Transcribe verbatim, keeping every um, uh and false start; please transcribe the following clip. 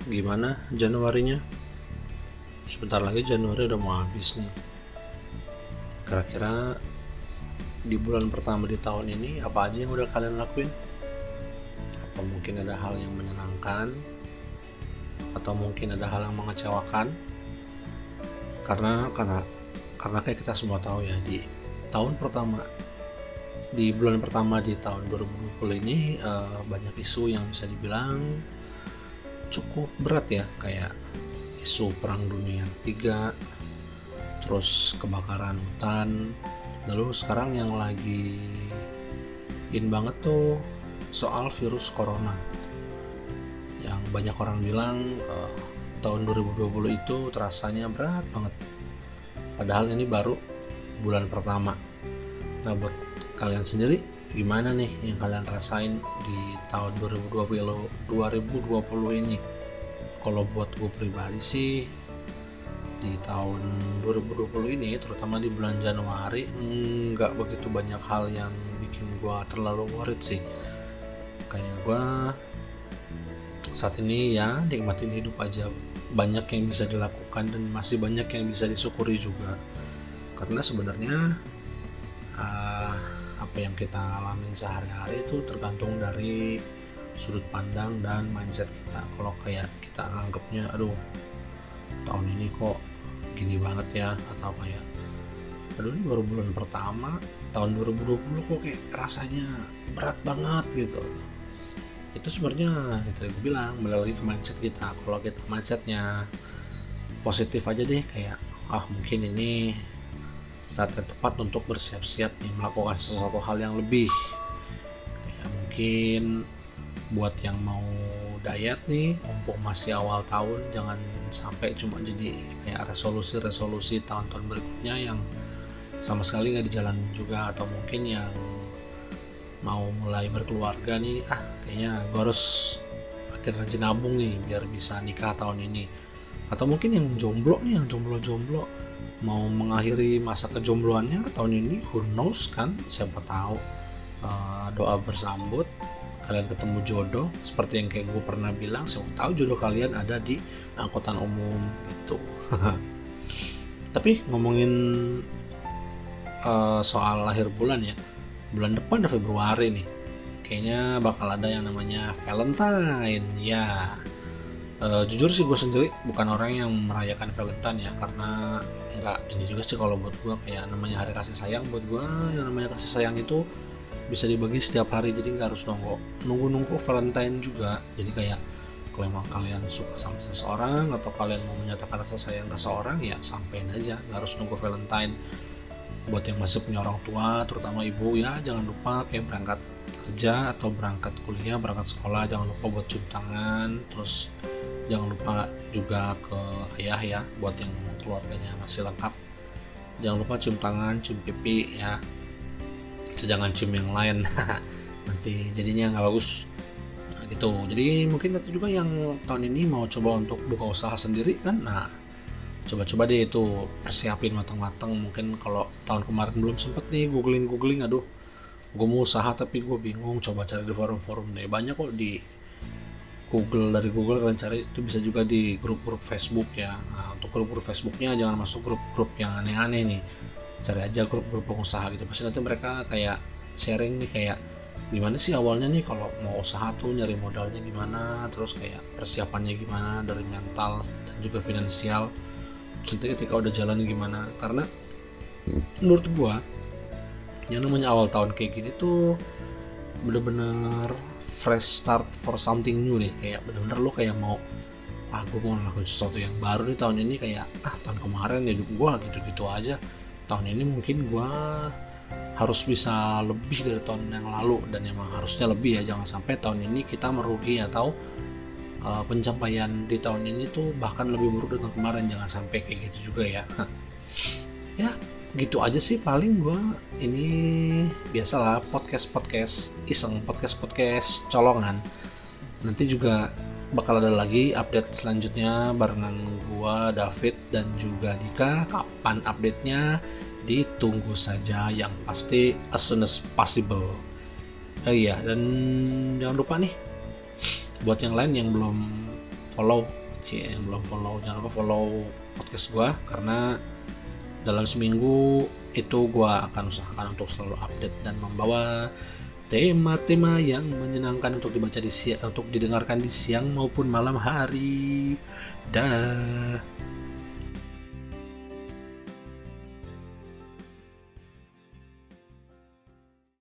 Gimana Januarinya? Sebentar lagi Januari udah mau habis nih. Kira-kira di bulan pertama di tahun ini apa aja yang udah kalian lakuin? Apa mungkin ada hal yang menyenangkan? Atau mungkin ada hal yang mengecewakan? Karena karena karena kayak kita semua tahu ya, di tahun pertama di bulan pertama di tahun dua ribu dua puluh ini uh, banyak isu yang bisa dibilang cukup berat ya, kayak isu perang dunia ketiga, terus kebakaran hutan, lalu sekarang yang lagi in banget tuh soal virus corona, yang banyak orang bilang uh, tahun dua ribu dua puluh itu terasanya berat banget, padahal ini baru bulan pertama. Nah, buat kalian sendiri gimana nih yang kalian rasain di tahun dua ribu dua puluh ini? Kalau buat gue pribadi sih, di tahun dua ribu dua puluh ini terutama di bulan Januari nggak begitu banyak hal yang bikin gue terlalu worried sih. Kayak gue saat ini ya nikmatin hidup aja, banyak yang bisa dilakukan dan masih banyak yang bisa disyukuri juga, karena sebenarnya uh, apa yang kita alamin sehari-hari itu tergantung dari sudut pandang dan mindset kita. Kalau kayak kita anggapnya aduh tahun ini kok gini banget ya, atau kayak aduh ini baru bulan pertama tahun dua ribu dua puluh kok kayak rasanya berat banget gitu, itu sebenarnya yang tadi gue bilang balik lagi ke mindset kita. Kalau kita mindsetnya positif aja deh, kayak ah mungkin ini saat yang tepat untuk bersiap-siap nih melakukan sesuatu hal yang lebih, kayak mungkin buat yang mau diet nih mumpung masih awal tahun, jangan sampai cuma jadi kayak resolusi-resolusi tahun-tahun berikutnya yang sama sekali nggak dijalanin juga. Atau mungkin yang mau mulai berkeluarga nih, ah kayaknya gue harus makin rajin nabung nih biar bisa nikah tahun ini. Atau mungkin yang jomblo nih, yang jomblo-jomblo mau mengakhiri masa kejombloannya tahun ini, who knows kan, siapa tahu uh, doa bersambut kalian ketemu jodoh seperti yang kayak gue pernah bilang, siapa tahu jodoh kalian ada di angkutan umum gitu. Tapi ngomongin uh, soal akhir bulan ya, bulan depan udah Februari nih, kayaknya bakal ada yang namanya Valentine ya. Uh, jujur sih gue sendiri bukan orang yang merayakan Valentine ya, karena enggak ini juga sih kalau buat gue kayak namanya hari kasih sayang. Buat gue yang namanya kasih sayang itu bisa dibagi setiap hari, jadi nggak harus nunggu nunggu nunggu Valentine juga. Jadi kayak kalau emang kalian suka sama seseorang atau kalian mau menyatakan rasa sayang ke seseorang ya sampein aja, nggak harus nunggu Valentine. Buat yang masih punya orang tua terutama ibu ya, jangan lupa kayak berangkat kerja atau berangkat kuliah, berangkat sekolah, jangan lupa buat cium tangan. Terus jangan lupa juga ke ayah ya, buat yang keluarganya masih lengkap, jangan lupa cium tangan, cium pipi ya, jangan cium yang lain nanti jadinya nggak bagus nah, gitu. Jadi mungkin itu juga yang tahun ini mau coba untuk buka usaha sendiri kan, nah coba-coba deh itu persiapin matang-matang. Mungkin kalau tahun kemarin belum sempet nih googling-googling, aduh gue mau usaha tapi gue bingung, coba cari di forum-forum deh, banyak kok di Google. Dari Google kalian cari itu bisa juga di grup-grup Facebook ya. Nah, untuk grup-grup Facebooknya jangan masuk grup-grup yang aneh-aneh nih, cari aja grup-grup pengusaha gitu, pasti nanti mereka kayak sharing nih kayak gimana sih awalnya nih kalau mau usaha tuh nyari modalnya gimana, terus kayak persiapannya gimana dari mental dan juga finansial, terus nanti ketika udah jalan gimana. Karena menurut gua yang namanya awal tahun kayak gini tuh bener-bener fresh start for something new nih, kayak bener-bener lo kayak mau ah gue mau ngelakuin sesuatu yang baru nih tahun ini, kayak ah tahun kemarin hidup gue gitu-gitu aja, tahun ini mungkin gue harus bisa lebih dari tahun yang lalu, dan emang harusnya lebih ya, jangan sampai tahun ini kita merugi atau uh, pencapaian di tahun ini tuh bahkan lebih buruk dari tahun kemarin, jangan sampai kayak gitu juga ya. Ya gitu aja sih paling gue ini, biasalah podcast podcast iseng, podcast podcast colongan. Nanti juga bakal ada lagi update selanjutnya barengan gue, David dan juga Dika. Kapan update-nya ditunggu saja, yang pasti as soon as possible. Oh iya, dan jangan lupa nih buat yang lain yang belum follow, cie yang belum follow jangan lupa follow podcast gue, karena dalam seminggu itu gue akan usahakan untuk selalu update dan membawa tema-tema yang menyenangkan untuk dibaca di siang, untuk didengarkan di siang maupun malam hari. Dah.